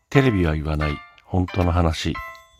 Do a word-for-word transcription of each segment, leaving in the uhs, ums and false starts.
テレビは言わない本当の話。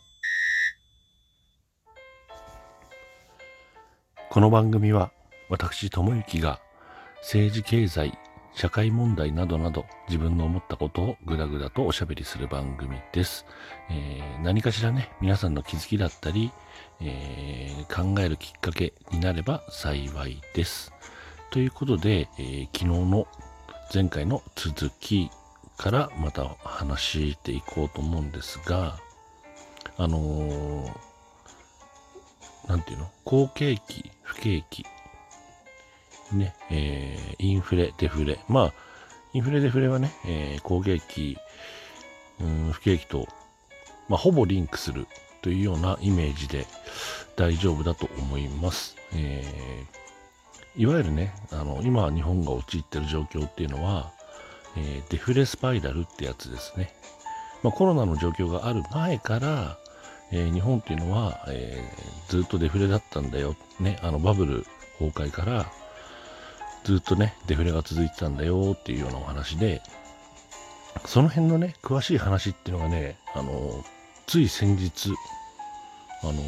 この番組は私智之が政治経済社会問題などなど自分の思ったことをぐだぐだとおしゃべりする番組です。えー何かしらね皆さんの気づきだったり、えー考えるきっかけになれば幸いです。ということで、えー昨日の前回の続きからまた話していこうと思うんですが、あのーなんていうの、好景気不景気ね、えーインフレデフレ、まあインフレデフレはね、えー好景気、うん、不景気と、まあ、ほぼリンクするというようなイメージで大丈夫だと思います。えーいわゆるね、あの今日本が陥っている状況っていうのは、えーデフレスパイラルってやつですね。まあ、コロナの状況がある前から、えー日本っていうのは、えーずっとデフレだったんだよ、ね、あのバブル崩壊からずっとねデフレが続いてたんだよっていうようなお話で、その辺のね詳しい話っていうのがね、あのつい先日、あの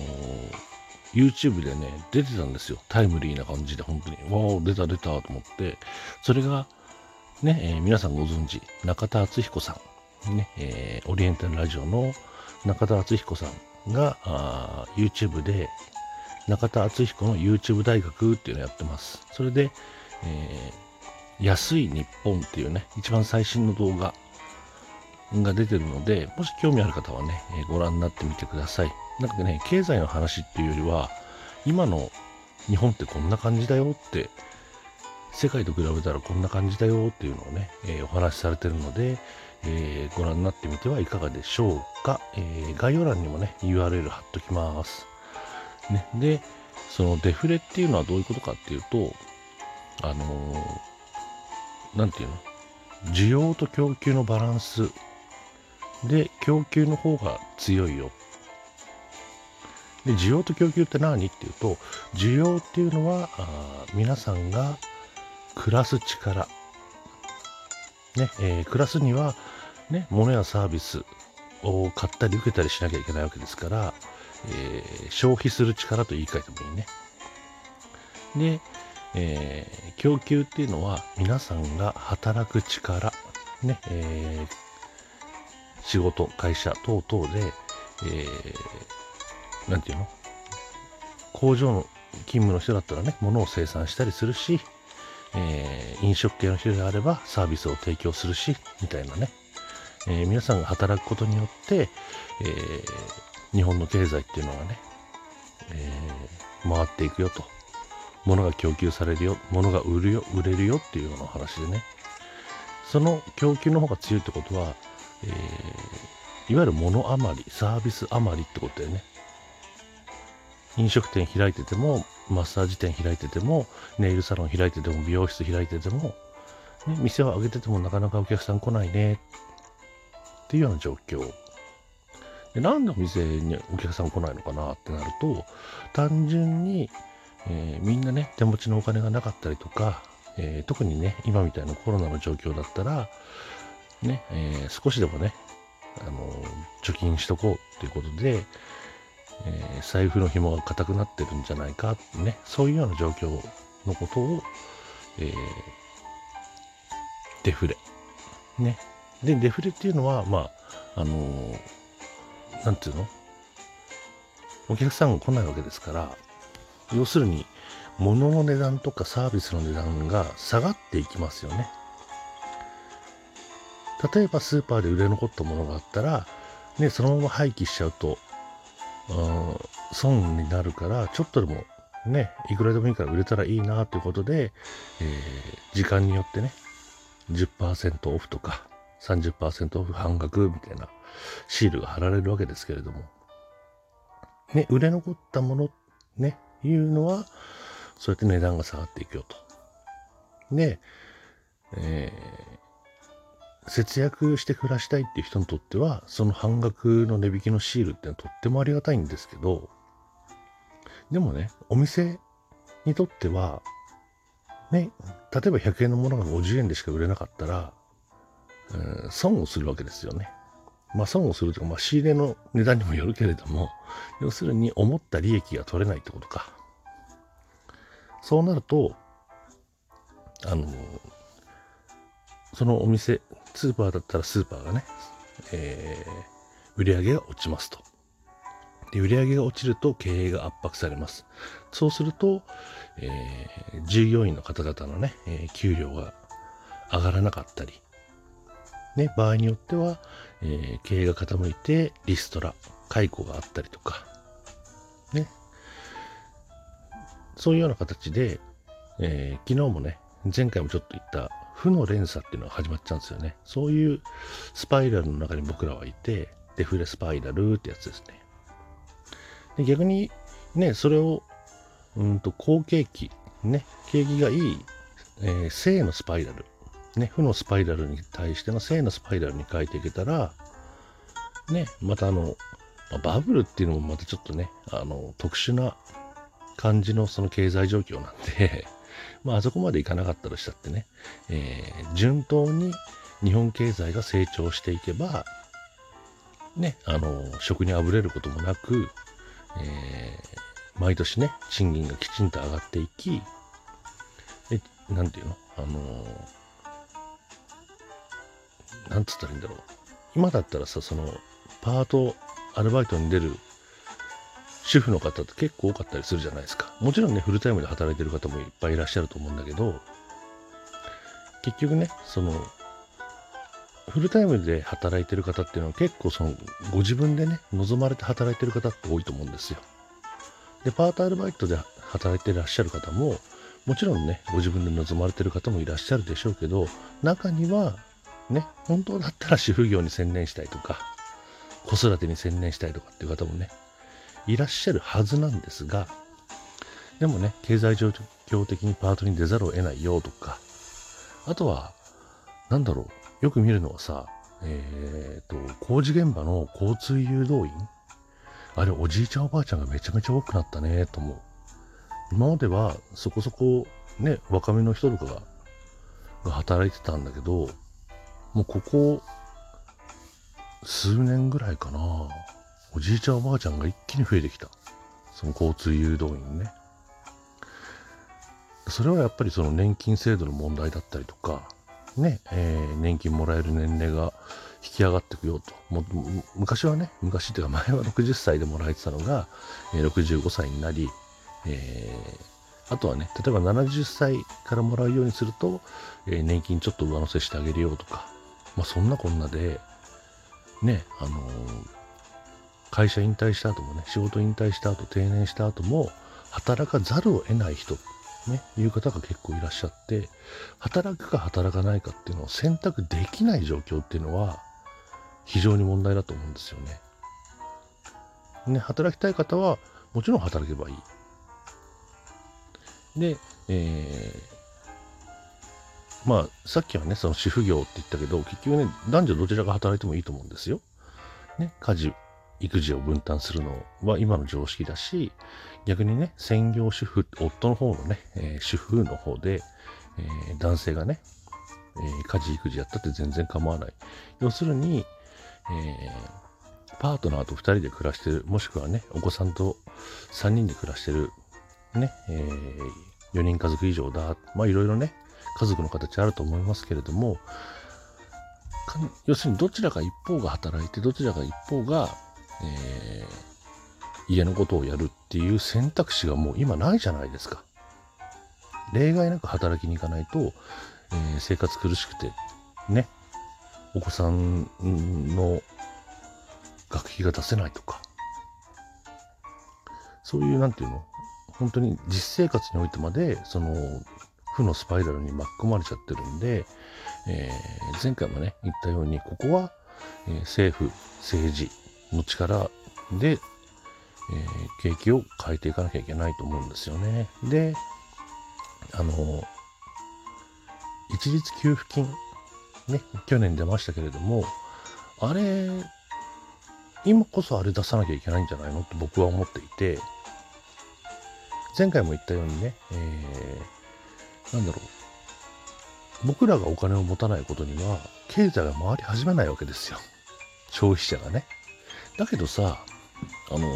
YouTube でね出てたんですよ。タイムリーな感じで本当にわー出た出たと思って、それがね、えー皆さんご存知中田敦彦さんね、えーオリエンタルラジオの中田敦彦さんがあー YouTube で中田敦彦の YouTube 大学っていうのをやってます。それで、えー安い日本っていうね一番最新の動画が出てるので、もし興味ある方はね、えーご覧になってみてください。なんかね、経済の話っていうよりは、今の日本ってこんな感じだよって、世界と比べたらこんな感じだよっていうのをね、えーお話しされてるので、えーご覧になってみてはいかがでしょうか。えー概要欄にもね、ユーアールエル 貼っときます。ね、で、そのデフレっていうのはどういうことかっていうと、あのーなんていうの、需要と供給のバランスで、供給の方が強いよ。で、需要と供給って何っていうと、需要っていうのは、あー皆さんが暮らす力。ね、えー暮らすには、ね、物やサービスを買ったり受けたりしなきゃいけないわけですから、えー消費する力と言い換えてもいいね。で、えー供給っていうのは皆さんが働く力、ね、えー仕事、会社等々で、えーなんていうの、工場の勤務の人だったらね、物を生産したりするし、えー飲食系の人であればサービスを提供するし、みたいなね、えー皆さんが働くことによって、えー日本の経済っていうのがね、えー回っていくよと。物が供給されるよ、物が売るよ、売れるよっていうような話でね、その供給の方が強いってことは、えーいわゆる物余り、サービス余りってことだよね。飲食店開いてても、マッサージ店開いてても、ネイルサロン開いてても、美容室開いてても、ね、店を開けててもなかなかお客さん来ないねっていうような状況。で、なんでお店にお客さん来ないのかなってなると、単純に、えーみんなね、手持ちのお金がなかったりとか、えー特にね、今みたいなコロナの状況だったら、ね、えー少しでもね、あのー貯金しとこうっていうことで、えー財布の紐が固くなってるんじゃないかってね、そういうような状況のことを、えーデフレ。ね。で、デフレっていうのは、まあ、あのーなんていうの、お客さんが来ないわけですから、要するに、物の値段とかサービスの値段が下がっていきますよね。例えばスーパーで売れ残ったものがあったら、ね、そのまま廃棄しちゃうと、うん、損になるから、ちょっとでもね、いくらでもいいから売れたらいいなということで、えー時間によってね、じゅっパーセントオフとか、さんじゅっパーセントオフ半額みたいなシールが貼られるわけですけれども、ね、売れ残ったもの、ね、いうのは、そうやって値段が下がっていくよと。で、えー節約して暮らしたいっていう人にとっては、その半額の値引きのシールってのはとってもありがたいんですけど、でもね、お店にとっては、ね、例えばひゃくえんのものがごじゅうえんでしか売れなかったら、うん、損をするわけですよね。 まあ損をするとか、まあ仕入れの値段にもよるけれども、要するに思った利益が取れないってことか。そうなると、あの、そのお店、スーパーだったらスーパーがね、えー、売り上げが落ちますと。で、売り上げが落ちると経営が圧迫されます。そうすると、えー、従業員の方々のね、えー、給料が上がらなかったり、ね、場合によっては、えー、経営が傾いてリストラ、解雇があったりとか、ね、そういうような形で、えー、昨日もね、前回もちょっと言った負の連鎖っていうのが始まっちゃうんですよね。そういうスパイラルの中に僕らはいて、デフレスパイラルってやつですね。で逆にね、それをうんと好景気、ね、景気がいい、えー、正のスパイラル、ね、負のスパイラルに対しての正のスパイラルに変えていけたら、ね、またあの、バブルっていうのもまたちょっとね、あの、特殊な感じのその経済状況なんで、まあ、あそこまでいかなかったとしたってね、えー、順当に日本経済が成長していけば、ね、あの、食にあぶれることもなく、えー、毎年ね、賃金がきちんと上がっていき、え、なんていうのあのー、なんつったらいいんだろう。今だったらさ、その、パート、アルバイトに出る主婦の方って結構多かったりするじゃないですか。もちろんね、フルタイムで働いてる方もいっぱいいらっしゃると思うんだけど、結局ね、その、フルタイムで働いてる方っていうのは結構その、ご自分でね、望まれて働いてる方って多いと思うんですよ。で、パートアルバイトで働いてらっしゃる方も、もちろんね、ご自分で望まれてる方もいらっしゃるでしょうけど、中には、ね、本当だったら主婦業に専念したいとか、子育てに専念したいとかっていう方もね、いらっしゃるはずなんですが、でもね、経済状況的にパートに出ざるを得ないよとか、あとは、なんだろう、よく見るのはさ、えっと、工事現場の交通誘導員、あれ、おじいちゃんおばあちゃんがめちゃめちゃ多くなったね、と思う。今まではそこそこね、若めの人とかがが働いてたんだけど、もうここ数年ぐらいかな、おじいちゃんおばあちゃんが一気に増えてきた。その交通誘導員ね。それはやっぱりその年金制度の問題だったりとか、ね、えー、年金もらえる年齢が引き上がっていくよと。も昔はね、昔っていうか前はろくじゅっさいでもらえてたのが、えー、ろくじゅうごさいになり、えー、あとはね、例えばななじゅっさいからもらうようにすると、えー、年金ちょっと上乗せしてあげるよとか、まあそんなこんなで、ね、あのー、会社引退した後もね、仕事引退した後、定年した後も、働かざるを得ない人、ね、いう方が結構いらっしゃって、働くか働かないかっていうのを選択できない状況っていうのは、非常に問題だと思うんですよね。ね、働きたい方は、もちろん働けばいい。で、えー、まあ、さっきはね、その主婦業って言ったけど、結局ね、男女どちらが働いてもいいと思うんですよ。ね、家事、育児を分担するのは今の常識だし、逆にね、専業主婦、夫の方のね、えー、主婦の方で、えー、男性がね、えー、家事育児やったって全然構わない。要するに、えー、パートナーとふたりで暮らしてる、もしくはね、お子さんとさんにんで暮らしてる、ね、えー、よにん家族以上だ。まあいろいろね、家族の形あると思いますけれども、要するにどちらか一方が働いて、どちらか一方が、えー、家のことをやるっていう選択肢がもう今ないじゃないですか。例外なく働きに行かないと、えー、生活苦しくてね、お子さんの学費が出せないとか、そういうなんていうの、本当に実生活においてまでその負のスパイラルに巻き込まれちゃってるんで、えー、前回もね言ったように、ここは、えー、政府政治の力で、えー、景気を変えていかなきゃいけないと思うんですよね。で、あの一律給付金ね、去年出ましたけれども、あれ今こそあれ出さなきゃいけないんじゃないのって僕は思っていて、前回も言ったようにね、えー、なんだろう、僕らがお金を持たないことには経済が回り始めないわけですよ。 消費者がね。だけどさ、あの、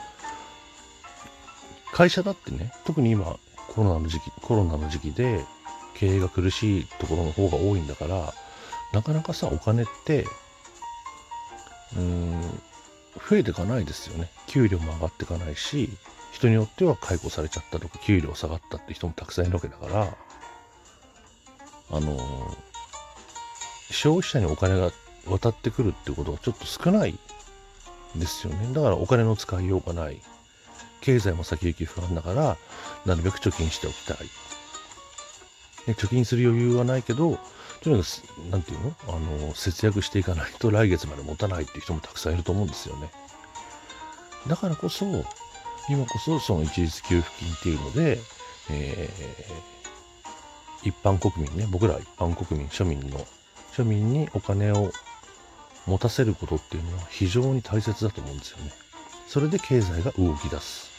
会社だってね、特に今コロナの時期、コロナの時期で経営が苦しいところの方が多いんだから、なかなかさ、お金って、うーん、増えていかないですよね。給料も上がっていかないし、人によっては解雇されちゃったとか、給料下がったって人もたくさんいるわけだから、あの、消費者にお金が渡ってくるってことがちょっと少ないですよね。だからお金の使いようがない。経済も先行き不安だから、なるべく貯金しておきたい。ね、貯金する余裕はないけど、とにかく、なんていうのあの、節約していかないと来月まで持たないっていう人もたくさんいると思うんですよね。だからこそ、今こそその一律給付金っていうので、えー、一般国民ね、僕ら一般国民、庶民の、庶民にお金を持たせることっていうのは非常に大切だと思うんですよね。それで経済が動き出す。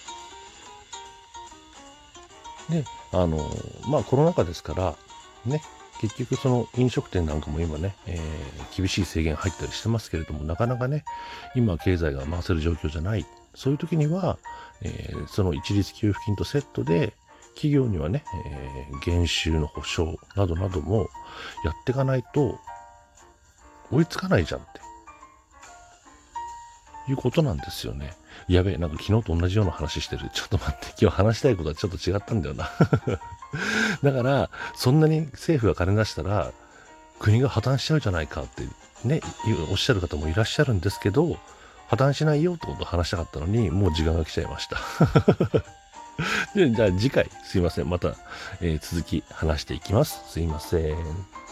で、あの、まあコロナ禍ですから、ね、結局その飲食店なんかも今ね、えー、厳しい制限入ったりしてますけれども、なかなかね、今経済が回せる状況じゃない。そういう時には、えー、その一律給付金とセットで、企業にはね、えー、減収の保証などなどもやっていかないと追いつかないじゃんっていうことなんですよね。やべえ、なんか昨日と同じような話してる。ちょっと待って、今日話したいことはちょっと違ったんだよな。だから、そんなに政府が金出したら、国が破綻しちゃうじゃないかってね、おっしゃる方もいらっしゃるんですけど、破綻しないよってことを話したかったのに、もう時間が来ちゃいました。で、じゃあ次回、すいません。また、えー、続き話していきます。すいません。